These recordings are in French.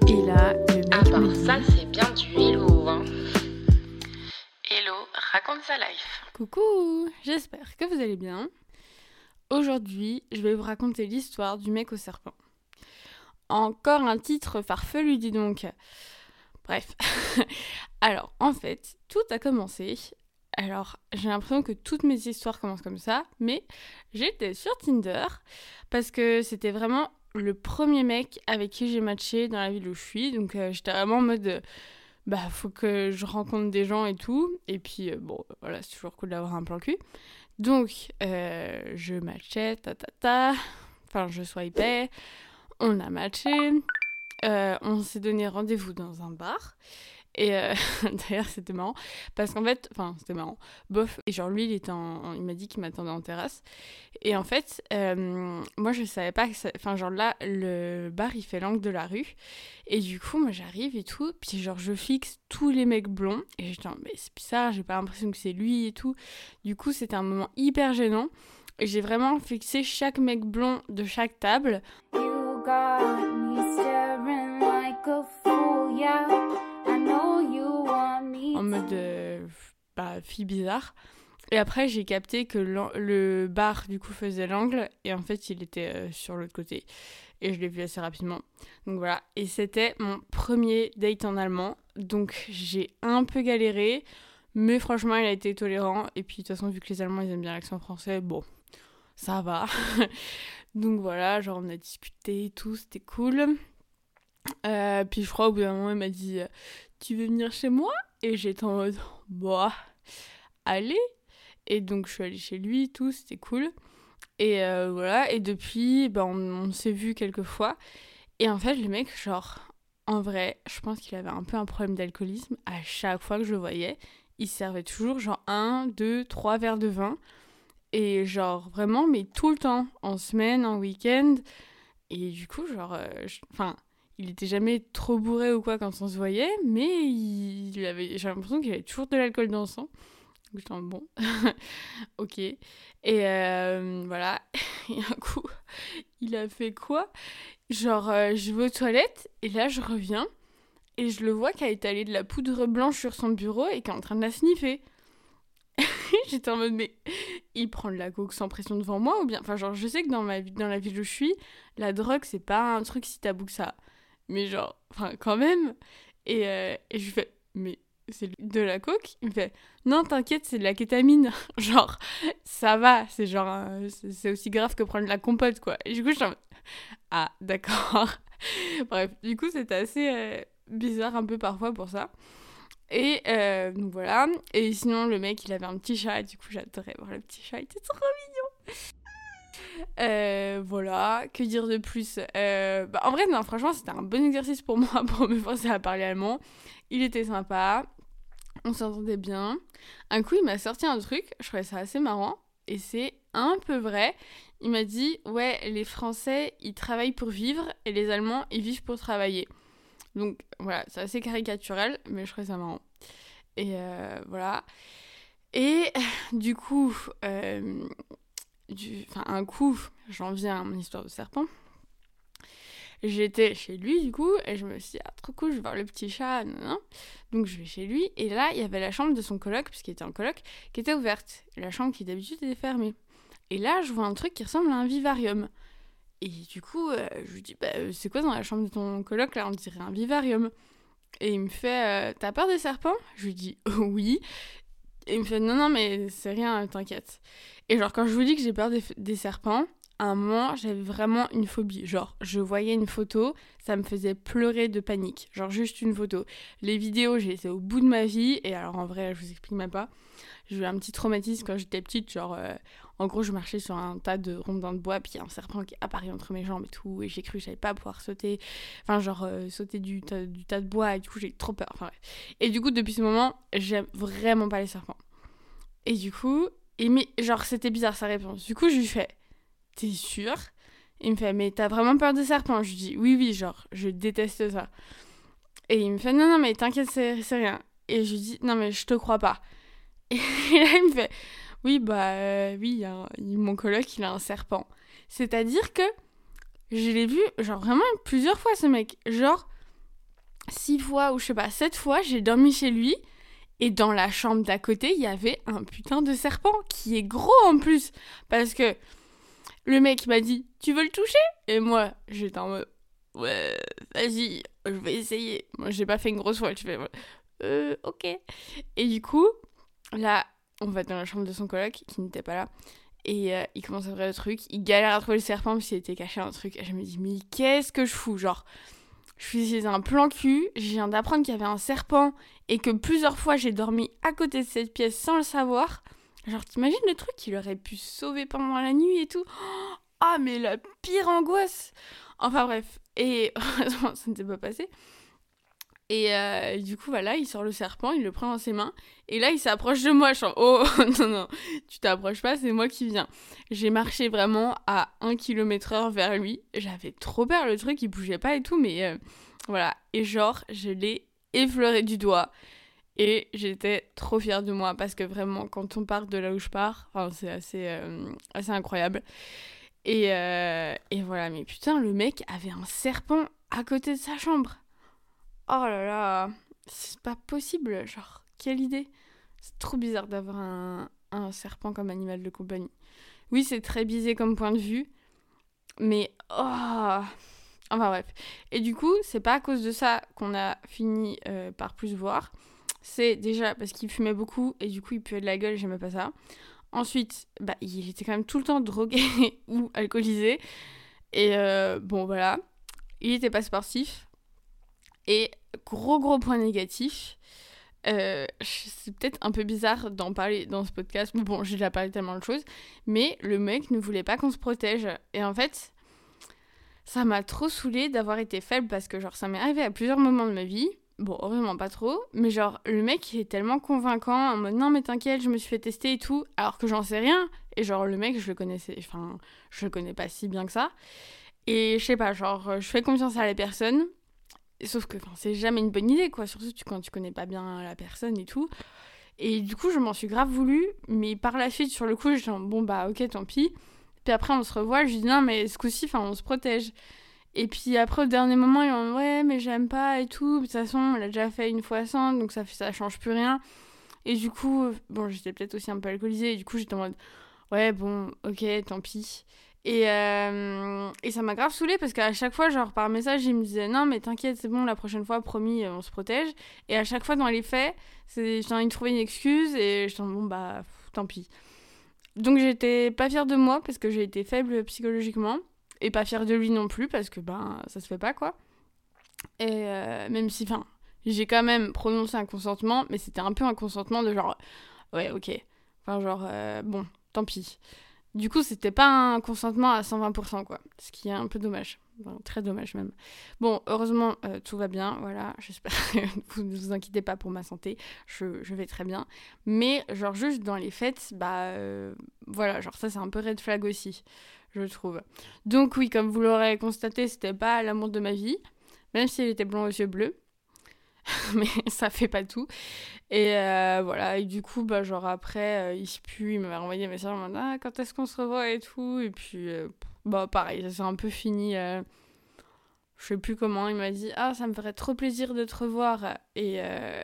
Et là, le mec Ah bah me dit, ça c'est bien du hello, hein. Hello, raconte sa life. coucou, j'espère que vous allez bien. Aujourd'hui, je vais vous raconter l'histoire du mec au serpent. Encore un titre farfelu, dis donc. Bref. Alors, en fait, tout a commencé. Alors, j'ai l'impression que toutes mes histoires commencent comme ça, mais j'étais sur Tinder parce que c'était vraiment le premier mec avec qui j'ai matché dans la ville où je suis. Donc, j'étais vraiment en mode, faut que je rencontre des gens et tout. Et puis, voilà, c'est toujours cool d'avoir un plan cul. Donc, je matchais, enfin, je swipais, on a matché, on s'est donné rendez-vous dans un bar. Et d'ailleurs, c'était marrant, parce qu'en fait, c'était marrant, bof, et genre lui, il m'a dit qu'il m'attendait en terrasse. Et en fait, moi, je savais pas que genre là, le bar, il fait l'angle de la rue. Et du coup, moi, j'arrive et tout, puis genre, je fixe tous les mecs blonds. Et j'étais en, mais c'est bizarre, j'ai pas l'impression que c'est lui et tout. Du coup, c'était un moment hyper gênant. Et j'ai vraiment fixé chaque mec blond de chaque table. You got me staring like a fool, yeah. I know you want me En mode fille bizarre. Et après, j'ai capté que le bar, du coup, faisait l'angle. Et en fait, il était sur l'autre côté. Et je l'ai vu assez rapidement. Donc voilà. Et c'était mon premier date en allemand. Donc j'ai un peu galéré. Mais franchement, il a été tolérant. Et puis, de toute façon, vu que les Allemands, ils aiment bien l'accent français, bon, ça va. Donc voilà, genre, on a discuté et tout. C'était cool. Puis je crois au bout d'un moment, il m'a dit tu veux venir chez moi? Et j'étais en mode allez. Et donc je suis allée chez lui, tout, c'était cool. Et voilà, et depuis, on s'est vu quelques fois. Et en fait, le mec, genre, en vrai, je pense qu'il avait un peu un problème d'alcoolisme. À chaque fois que je le voyais, il servait toujours genre 1, 2, 3 verres de vin. Et genre, vraiment, mais tout le temps, en semaine, en week-end. Et du coup, genre, il était jamais trop bourré ou quoi quand on se voyait, mais j'ai l'impression qu'il avait toujours de l'alcool dans le sang. Donc j'étais en bon, ok. Et voilà, et un coup, il a fait quoi? Genre, je vais aux toilettes, et là je reviens, et je le vois qui a étalé de la poudre blanche sur son bureau et qui est en train de la sniffer. J'étais en mode, mais il prend de la coke sans pression devant moi ou bien... Enfin, genre, je sais que dans la ville où je suis, la drogue, c'est pas un truc si tabou que ça. Mais genre, quand même. Et je lui fais, mais c'est de la coke? Il me fait, non, t'inquiète, c'est de la kétamine. Genre, ça va, c'est genre, c'est aussi grave que prendre de la compote, quoi. Et du coup, je suis en mode, ah, d'accord. Bref, du coup, c'était assez bizarre un peu parfois pour ça. Et donc voilà. Et sinon, le mec, il avait un petit chat. Et du coup, j'adorais voir le petit chat. Il était trop mignon. Voilà. Que dire de plus? En vrai, non, franchement, c'était un bon exercice pour moi pour me forcer à parler allemand. Il était sympa. On s'entendait bien. Un coup, il m'a sorti un truc. Je trouvais ça assez marrant. Et c'est un peu vrai. Il m'a dit, ouais, les Français, ils travaillent pour vivre. Et les Allemands, ils vivent pour travailler. Donc voilà, c'est assez caricatural, mais je trouvais ça marrant. Et voilà. Et du coup, un coup, j'en viens à mon histoire de serpent. J'étais chez lui, du coup, et je me suis dit, ah, trop cool, je vais voir le petit chat, nan. Donc je vais chez lui, et là, il y avait la chambre de son coloc, puisqu'il était en coloc, qui était ouverte. La chambre qui d'habitude était fermée. Et là, je vois un truc qui ressemble à un vivarium. Et du coup, je lui dis, c'est quoi dans la chambre de ton coloc, là? On dirait un vivarium. Et il me fait, t'as peur des serpents? Je lui dis, oui. Et il me fait, non, mais c'est rien, t'inquiète. Et genre, quand je vous dis que j'ai peur des serpents, à un moment, j'avais vraiment une phobie. Genre, je voyais une photo, ça me faisait pleurer de panique. Genre, juste une photo. Les vidéos, j'ai été au bout de ma vie. Et alors, en vrai, je vous explique même pas. J'ai eu un petit traumatisme quand j'étais petite, genre... En gros, je marchais sur un tas de rondins de bois, puis il y a un serpent qui apparaît entre mes jambes et tout, et j'ai cru que j'allais pas pouvoir sauter, sauter du tas de bois, et du coup, j'ai trop peur. Enfin, bref. Et du coup, depuis ce moment, j'aime vraiment pas les serpents. Et du coup, c'était bizarre sa réponse. Du coup, je lui fais, t'es sûre? Il me fait, mais t'as vraiment peur des serpents? Je lui dis, oui, genre, je déteste ça. Et il me fait, non, mais t'inquiète, c'est rien. Et je lui dis, non, mais je te crois pas. Et là, il me fait... Oui, oui, mon coloc, il a un serpent. C'est-à-dire que je l'ai vu, genre, vraiment plusieurs fois, ce mec. Genre, 6 fois ou je sais pas, 7 fois, j'ai dormi chez lui. Et dans la chambre d'à côté, il y avait un putain de serpent qui est gros en plus. Parce que le mec m'a dit « Tu veux le toucher ?» Et moi, j'étais en mode « Ouais, vas-y, je vais essayer. » Moi, j'ai pas fait une grosse fois. Je fais « Ok. » Et du coup, là, on va dans la chambre de son coloc, qui n'était pas là. Et il commence à ouvrir le truc. Il galère à trouver le serpent parce qu'il était caché dans un truc. Et je me dis « Mais qu'est-ce que je fous ?» Genre, je faisais un plan cul. Je viens d'apprendre qu'il y avait un serpent et que plusieurs fois, j'ai dormi à côté de cette pièce sans le savoir. Genre, t'imagines le truc qu'il aurait pu sauver pendant la nuit et tout. Ah, mais la pire angoisse. Enfin bref. Et heureusement, ça ne s'est pas passé. Et du coup, voilà, il sort le serpent, il le prend dans ses mains. Et là, il s'approche de moi. Je suis en, oh, non, tu t'approches pas, c'est moi qui viens. J'ai marché vraiment à 1 km/h vers lui. J'avais trop peur, le truc, il bougeait pas et tout. Mais voilà. Et genre, je l'ai effleuré du doigt. Et j'étais trop fière de moi. Parce que vraiment, quand on part de là où je pars, c'est assez incroyable. Et voilà, mais putain, le mec avait un serpent à côté de sa chambre. Oh là là, c'est pas possible, genre, quelle idée. C'est trop bizarre d'avoir un serpent comme animal de compagnie. Oui, c'est très biaisé comme point de vue, mais oh. Enfin bref. Et du coup, c'est pas à cause de ça qu'on a fini par plus voir. C'est déjà parce qu'il fumait beaucoup et du coup il puait de la gueule, j'aimais pas ça. Ensuite, il était quand même tout le temps drogué ou alcoolisé. Et bon voilà, il était pas sportif. Et gros point négatif, c'est peut-être un peu bizarre d'en parler dans ce podcast, mais bon, j'ai déjà parlé tellement de choses, mais le mec ne voulait pas qu'on se protège. Et en fait, ça m'a trop saoulée d'avoir été faible parce que genre ça m'est arrivé à plusieurs moments de ma vie. Bon, heureusement pas trop, mais genre le mec il est tellement convaincant en mode non mais t'inquiète, je me suis fait tester et tout, alors que j'en sais rien. Et genre le mec je le connais pas si bien que ça. Et je sais pas, genre je fais confiance à la personne. Sauf que c'est jamais une bonne idée, quoi. Surtout quand tu connais pas bien la personne et tout. Et du coup, je m'en suis grave voulu. Mais par la suite, sur le coup, je dis bon, ok, tant pis. Puis après, on se revoit. Je dis non, mais ce coup-ci, on se protège. Et puis après, au dernier moment, ils ont dit ouais, mais j'aime pas et tout. De toute façon, on l'a déjà fait une fois sans, donc ça change plus rien. Et du coup, bon, j'étais peut-être aussi un peu alcoolisée. Et du coup, j'étais en mode ouais, bon, ok, tant pis. Et ça m'a grave saoulée parce qu'à chaque fois, genre par message, il me disait non, mais t'inquiète, c'est bon, la prochaine fois, promis, on se protège. Et à chaque fois, dans les faits, j'ai envie de trouver une excuse et je dis bon, tant pis. Donc j'étais pas fière de moi parce que j'ai été faible psychologiquement et pas fière de lui non plus parce que ça se fait pas, quoi. Et même si, j'ai quand même prononcé un consentement, mais c'était un peu un consentement de genre ouais, ok. Bon, tant pis. Du coup, c'était pas un consentement à 120%, quoi. Ce qui est un peu dommage. Très dommage, même. Bon, heureusement, tout va bien, voilà. J'espère que vous ne vous inquiétez pas pour ma santé. Je vais très bien. Mais, genre, juste dans les fêtes, voilà, genre, ça, c'est un peu red flag aussi, je trouve. Donc, oui, comme vous l'aurez constaté, c'était pas l'amour de ma vie. Même s'il était blond aux yeux bleus. Mais ça fait pas tout. Et voilà, et du coup, genre après, il se pue, il m'avait renvoyé un message en mode ah, quand est-ce qu'on se revoit et tout. Et puis, pareil, ça s'est un peu fini. Je sais plus comment, il m'a dit ah, ça me ferait trop plaisir de te revoir. Et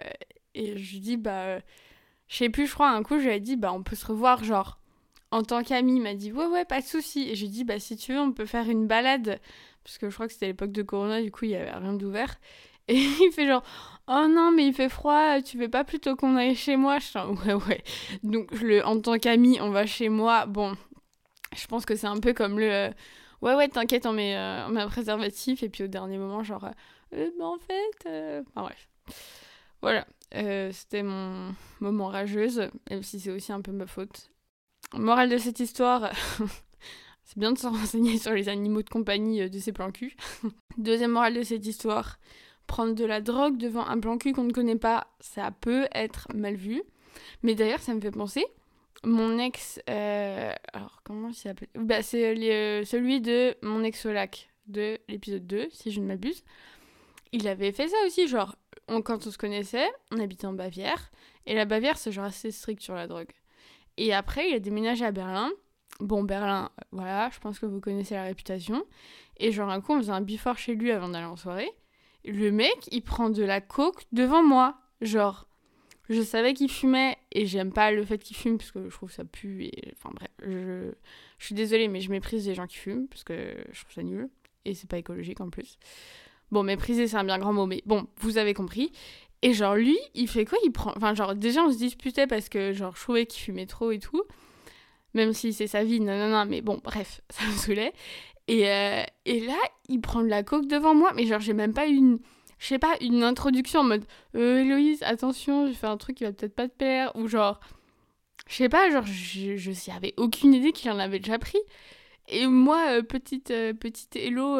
je lui dis je sais plus, je crois, un coup, je lui ai dit on peut se revoir, genre, en tant qu'ami. Il m'a dit ouais, pas de souci. Et je lui ai dit si tu veux, on peut faire une balade. Parce que je crois que c'était l'époque de Corona, du coup, il y avait rien d'ouvert. Et il fait genre oh non mais il fait froid, tu veux pas plutôt qu'on aille chez moi? Je suis ouais. Donc en tant qu'ami on va chez moi. Bon, je pense que c'est un peu comme le ouais t'inquiète on met un préservatif et puis au dernier moment genre en fait enfin bref. Voilà, c'était mon moment rageuse, même si c'est aussi un peu ma faute. Morale de cette histoire, c'est bien de se renseigner sur les animaux de compagnie de ces plans cul. Deuxième morale de cette histoire, prendre de la drogue devant un plan cul qu'on ne connaît pas, ça peut être mal vu. Mais d'ailleurs, ça me fait penser, mon ex... alors, comment il s'appelle ? C'est celui de mon ex au lac, de l'épisode 2, si je ne m'abuse. Il avait fait ça aussi, genre, quand on se connaissait, on habitait en Bavière, et la Bavière, c'est genre assez strict sur la drogue. Et après, il a déménagé à Berlin. Bon, Berlin, voilà, je pense que vous connaissez la réputation. Et genre, un coup, on faisait un before chez lui avant d'aller en soirée. Le mec, il prend de la coke devant moi. Genre, je savais qu'il fumait et j'aime pas le fait qu'il fume parce que je trouve que ça pue. Et... Enfin bref, je suis désolée, mais je méprise les gens qui fument parce que je trouve ça nul. Et c'est pas écologique en plus. Bon, mépriser, c'est un bien grand mot, mais bon, vous avez compris. Et genre, lui, il fait quoi? Il prend... Enfin, genre, déjà, on se disputait parce que, genre, je trouvais qu'il fumait trop et tout. Même si c'est sa vie, non, mais bon, bref, ça me saoulait. Et là, il prend de la coke devant moi, mais genre, j'ai même pas une... Je sais pas, une introduction en mode Héloïse, attention, j'ai fait un truc qui va peut-être pas te plaire. Ou genre, je sais pas, genre, je n'avais aucune idée qu'il en avait déjà pris. Et moi, petite Hello...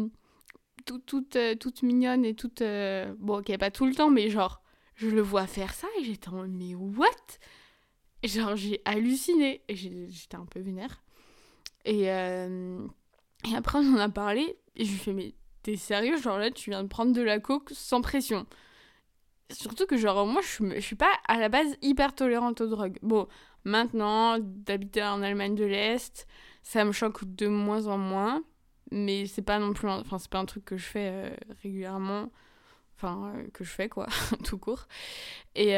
toute mignonne et toute... Bon, ok, pas tout le temps, mais genre, je le vois faire ça et j'étais en mode, mais what? Et genre, j'ai halluciné et j'étais un peu vénère. Et après, on en a parlé et je lui fais, mais t'es sérieux? Genre là, tu viens de prendre de la coke sans pression. Surtout que genre, moi, je suis pas à la base hyper tolérante aux drogues. Bon, maintenant, d'habiter en Allemagne de l'Est, ça me choque de moins en moins. Mais c'est pas non plus c'est pas un truc que je fais régulièrement, que je fais quoi, tout court. Et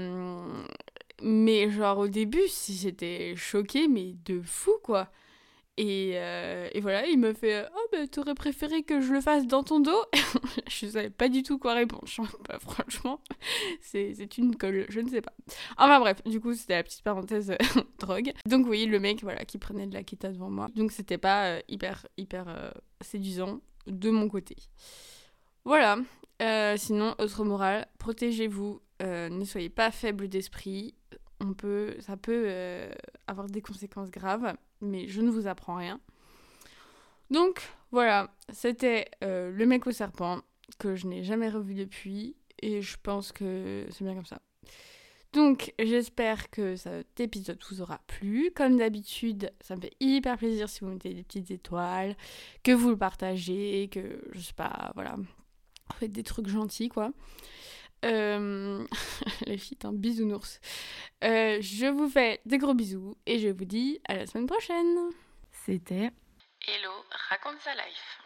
mais genre au début j'étais choquée, mais de fou quoi. Et voilà, il me fait oh bah t'aurais préféré que je le fasse dans ton dos? Je savais pas du tout quoi répondre. Bah, franchement c'est une colle, je ne sais pas. Enfin bref, du coup c'était la petite parenthèse drogue. Donc oui, le mec voilà qui prenait de la kéta devant moi. Donc c'était pas hyper séduisant de mon côté. Voilà. Sinon, autre morale, protégez-vous, ne soyez pas faible d'esprit. Ça peut avoir des conséquences graves, mais je ne vous apprends rien. Donc voilà, c'était le mec au serpent que je n'ai jamais revu depuis et je pense que c'est bien comme ça. Donc j'espère que cet épisode vous aura plu. Comme d'habitude, ça me fait hyper plaisir si vous mettez des petites étoiles, que vous le partagez, que je sais pas, voilà, vous faites des trucs gentils quoi. Les filles, un bisounours. Je vous fais des gros bisous et je vous dis à la semaine prochaine. C'était Hello, raconte sa life.